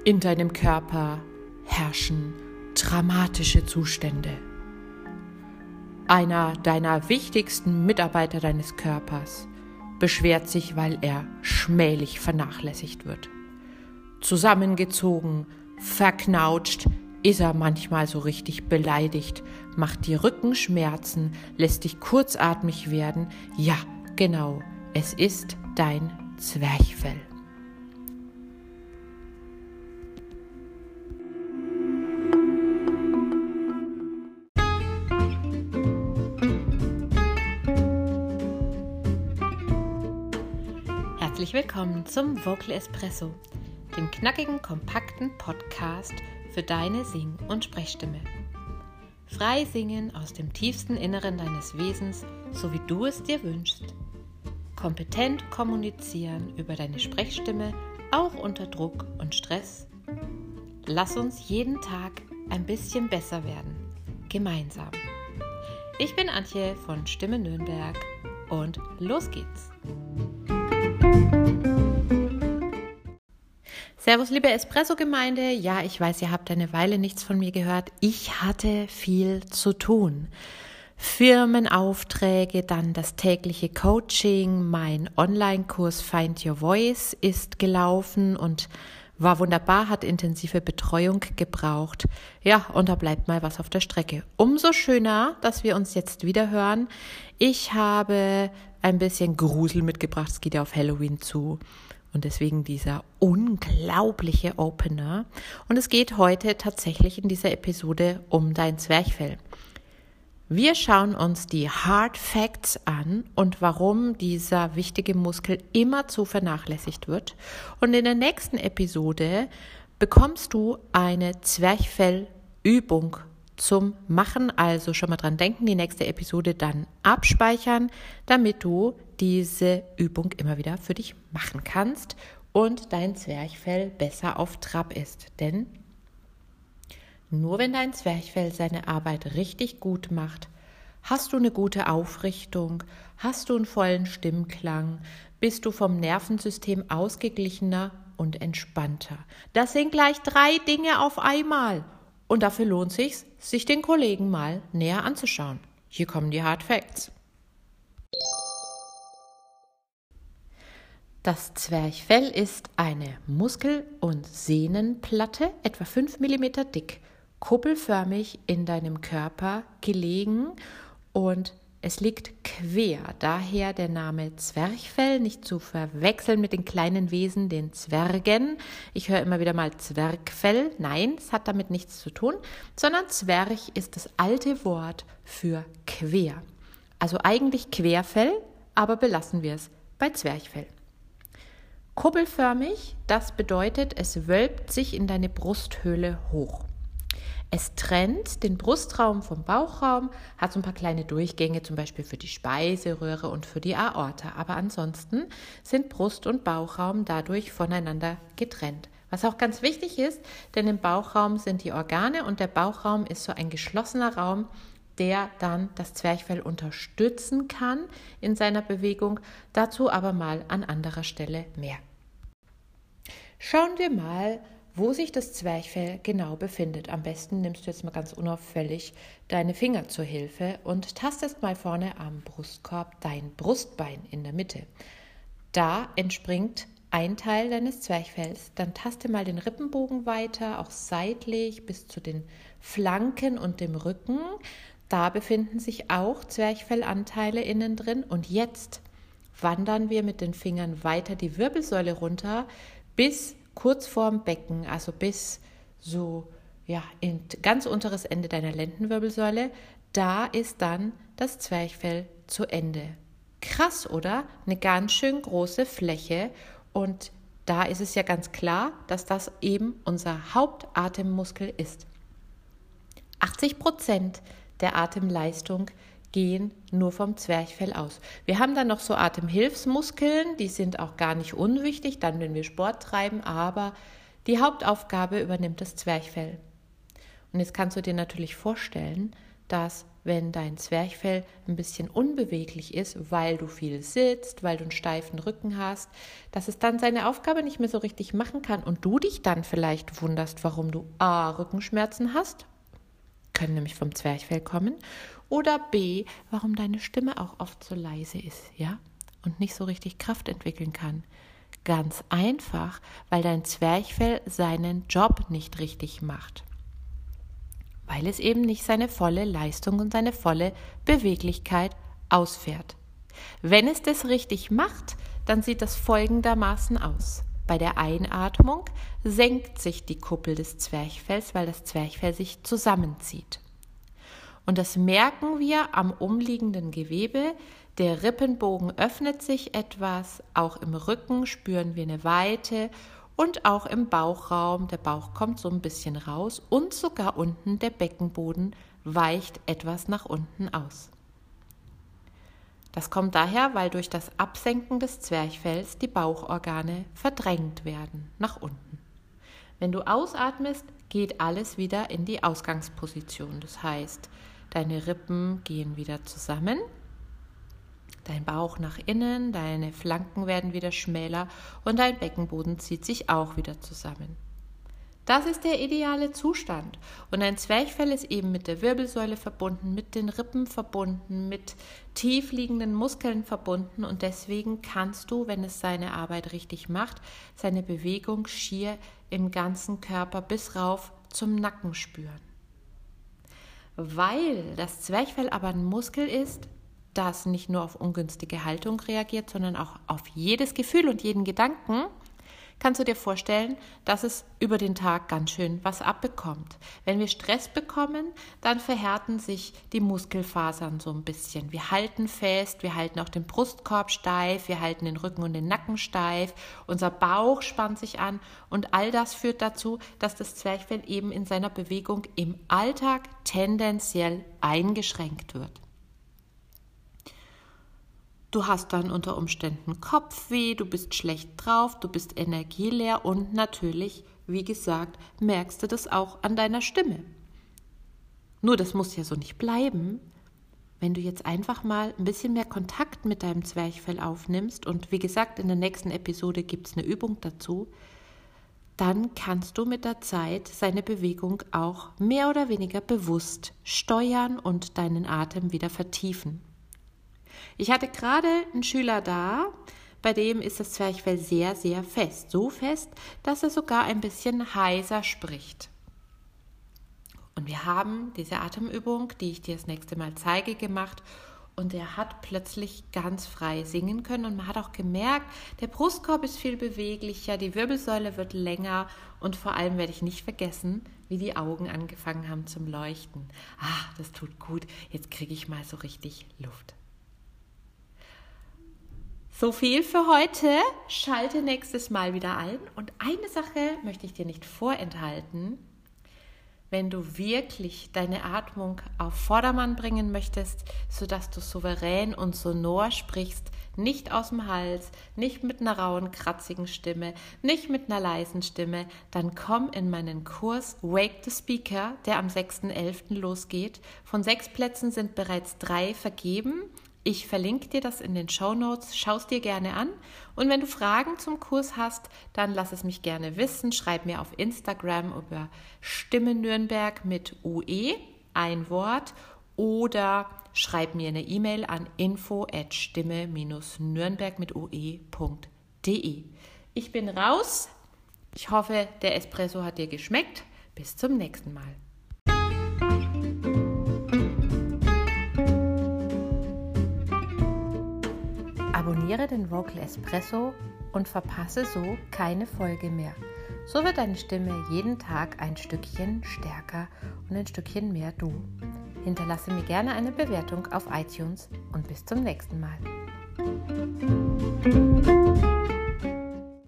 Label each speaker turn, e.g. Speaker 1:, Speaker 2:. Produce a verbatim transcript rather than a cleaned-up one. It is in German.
Speaker 1: In deinem Körper herrschen dramatische Zustände. Einer deiner wichtigsten Mitarbeiter deines Körpers beschwert sich, weil er schmählich vernachlässigt wird. Zusammengezogen, verknautscht, ist er manchmal so richtig beleidigt, macht dir Rückenschmerzen, lässt dich kurzatmig werden. Ja, genau, es ist dein Zwerchfell. Herzlich willkommen zum Vocal Espresso, dem knackigen, kompakten Podcast für deine Sing- und Sprechstimme. Frei singen aus dem tiefsten Inneren deines Wesens, so wie du es dir wünschst. Kompetent kommunizieren über deine Sprechstimme, auch unter Druck und Stress. Lass uns jeden Tag ein bisschen besser werden, gemeinsam. Ich bin Antje von Stimme Nürnberg und los geht's! Servus, liebe Espresso-Gemeinde. Ja, ich weiß, ihr habt eine Weile nichts von mir gehört. Ich hatte viel zu tun. Firmenaufträge, dann das tägliche Coaching, mein Online-Kurs Find Your Voice ist gelaufen und war wunderbar, hat intensive Betreuung gebraucht. Ja, und da bleibt mal was auf der Strecke. Umso schöner, dass wir uns jetzt wieder hören. Ich habe ein bisschen Grusel mitgebracht. Es geht ja auf Halloween zu. Und deswegen dieser unglaubliche Opener. Und es geht heute tatsächlich in dieser Episode um dein Zwerchfell. Wir schauen uns die Hard Facts an und warum dieser wichtige Muskel immerzu vernachlässigt wird. Und in der nächsten Episode bekommst du eine Zwerchfellübung zum Machen. Also schon mal dran denken, die nächste Episode dann abspeichern, damit du diese Übung immer wieder für dich machen kannst und dein Zwerchfell besser auf Trab ist. Denn nur wenn dein Zwerchfell seine Arbeit richtig gut macht, hast du eine gute Aufrichtung, hast du einen vollen Stimmklang, bist du vom Nervensystem ausgeglichener und entspannter. Das sind gleich drei Dinge auf einmal. Und dafür lohnt es sich, sich den Kollegen mal näher anzuschauen. Hier kommen die Hard Facts. Das Zwerchfell ist eine Muskel- und Sehnenplatte, etwa fünf Millimeter dick, kuppelförmig in deinem Körper gelegen und es liegt quer. Daher der Name Zwerchfell, nicht zu verwechseln mit den kleinen Wesen, den Zwergen. Ich höre immer wieder mal Zwergfell. Nein, es hat damit nichts zu tun, sondern Zwerch ist das alte Wort für quer. Also eigentlich Querfell, aber belassen wir es bei Zwerchfell. Kuppelförmig, das bedeutet, es wölbt sich in deine Brusthöhle hoch. Es trennt den Brustraum vom Bauchraum, hat so ein paar kleine Durchgänge, zum Beispiel für die Speiseröhre und für die Aorta. Aber ansonsten sind Brust- und Bauchraum dadurch voneinander getrennt. Was auch ganz wichtig ist, denn im Bauchraum sind die Organe und der Bauchraum ist so ein geschlossener Raum, der dann das Zwerchfell unterstützen kann in seiner Bewegung. Dazu aber mal an anderer Stelle mehr. Schauen wir mal, wo sich das Zwerchfell genau befindet. Am besten nimmst du jetzt mal ganz unauffällig deine Finger zur Hilfe und tastest mal vorne am Brustkorb dein Brustbein in der Mitte. Da entspringt ein Teil deines Zwerchfells. Dann taste mal den Rippenbogen weiter, auch seitlich bis zu den Flanken und dem Rücken. Da befinden sich auch Zwerchfellanteile innen drin. Und jetzt wandern wir mit den Fingern weiter die Wirbelsäule runter bis kurz vorm Becken, also bis so ja in ganz unteres Ende deiner Lendenwirbelsäule. Da ist dann das Zwerchfell zu Ende. Krass, oder? Eine ganz schön große Fläche. Und da ist es ja ganz klar, dass das eben unser Hauptatemmuskel ist. achtzig Prozent der Atemleistung gehen nur vom Zwerchfell aus. Wir haben dann noch so Atemhilfsmuskeln, die sind auch gar nicht unwichtig, dann wenn wir Sport treiben, aber die Hauptaufgabe übernimmt das Zwerchfell. Und jetzt kannst du dir natürlich vorstellen, dass wenn dein Zwerchfell ein bisschen unbeweglich ist, weil du viel sitzt, weil du einen steifen Rücken hast, dass es dann seine Aufgabe nicht mehr so richtig machen kann und du dich dann vielleicht wunderst, warum du A, Rückenschmerzen hast, können nämlich vom Zwerchfell kommen, oder B, warum deine Stimme auch oft so leise ist, ja, und nicht so richtig Kraft entwickeln kann. Ganz einfach, weil dein Zwerchfell seinen Job nicht richtig macht. Weil es eben nicht seine volle Leistung und seine volle Beweglichkeit ausfährt. Wenn es das richtig macht, dann sieht das folgendermaßen aus. Bei der Einatmung senkt sich die Kuppel des Zwerchfells, weil das Zwerchfell sich zusammenzieht. Und das merken wir am umliegenden Gewebe. Der Rippenbogen öffnet sich etwas, auch im Rücken spüren wir eine Weite und auch im Bauchraum, der Bauch kommt so ein bisschen raus und sogar unten der Beckenboden weicht etwas nach unten aus. Das kommt daher, weil durch das Absenken des Zwerchfells die Bauchorgane verdrängt werden, nach unten. Wenn du ausatmest, geht alles wieder in die Ausgangsposition. Das heißt, deine Rippen gehen wieder zusammen, dein Bauch nach innen, deine Flanken werden wieder schmäler und dein Beckenboden zieht sich auch wieder zusammen. Das ist der ideale Zustand. Und ein Zwerchfell ist eben mit der Wirbelsäule verbunden, mit den Rippen verbunden, mit tief liegenden Muskeln verbunden. Und deswegen kannst du, wenn es seine Arbeit richtig macht, seine Bewegung schier im ganzen Körper bis rauf zum Nacken spüren. Weil das Zwerchfell aber ein Muskel ist, das nicht nur auf ungünstige Haltung reagiert, sondern auch auf jedes Gefühl und jeden Gedanken, kannst du dir vorstellen, dass es über den Tag ganz schön was abbekommt. Wenn wir Stress bekommen, dann verhärten sich die Muskelfasern so ein bisschen. Wir halten fest, wir halten auch den Brustkorb steif, wir halten den Rücken und den Nacken steif, unser Bauch spannt sich an und all das führt dazu, dass das Zwerchfell eben in seiner Bewegung im Alltag tendenziell eingeschränkt wird. Du hast dann unter Umständen Kopfweh, du bist schlecht drauf, du bist energieleer und natürlich, wie gesagt, merkst du das auch an deiner Stimme. Nur das muss ja so nicht bleiben. Wenn du jetzt einfach mal ein bisschen mehr Kontakt mit deinem Zwerchfell aufnimmst und wie gesagt, in der nächsten Episode gibt es eine Übung dazu, dann kannst du mit der Zeit seine Bewegung auch mehr oder weniger bewusst steuern und deinen Atem wieder vertiefen. Ich hatte gerade einen Schüler da, bei dem ist das Zwerchfell sehr, sehr fest. So fest, dass er sogar ein bisschen heiser spricht. Und wir haben diese Atemübung, die ich dir das nächste Mal zeige, gemacht. Und er hat plötzlich ganz frei singen können. Und man hat auch gemerkt, der Brustkorb ist viel beweglicher, die Wirbelsäule wird länger. Und vor allem werde ich nicht vergessen, wie die Augen angefangen haben zum Leuchten. Ah, das tut gut. Jetzt kriege ich mal so richtig Luft. So viel für heute. Schalte nächstes Mal wieder ein. Und eine Sache möchte ich dir nicht vorenthalten. Wenn du wirklich deine Atmung auf Vordermann bringen möchtest, sodass du souverän und sonor sprichst, nicht aus dem Hals, nicht mit einer rauen, kratzigen Stimme, nicht mit einer leisen Stimme, dann komm in meinen Kurs Wake the Speaker, der am sechsten elften losgeht. Von sechs Plätzen sind bereits drei vergeben. Ich verlinke dir das in den Shownotes, schau es dir gerne an und wenn du Fragen zum Kurs hast, dann lass es mich gerne wissen, schreib mir auf Instagram über Stimme Nürnberg mit U E, ein Wort, oder schreib mir eine E-Mail an info at stimme nürnberg mit ue punkt de. Ich bin raus, ich hoffe, der Espresso hat dir geschmeckt, bis zum nächsten Mal. Abonniere den Vocal Espresso und verpasse so keine Folge mehr. So wird deine Stimme jeden Tag ein Stückchen stärker und ein Stückchen mehr du. Hinterlasse mir gerne eine Bewertung auf iTunes und bis zum nächsten Mal.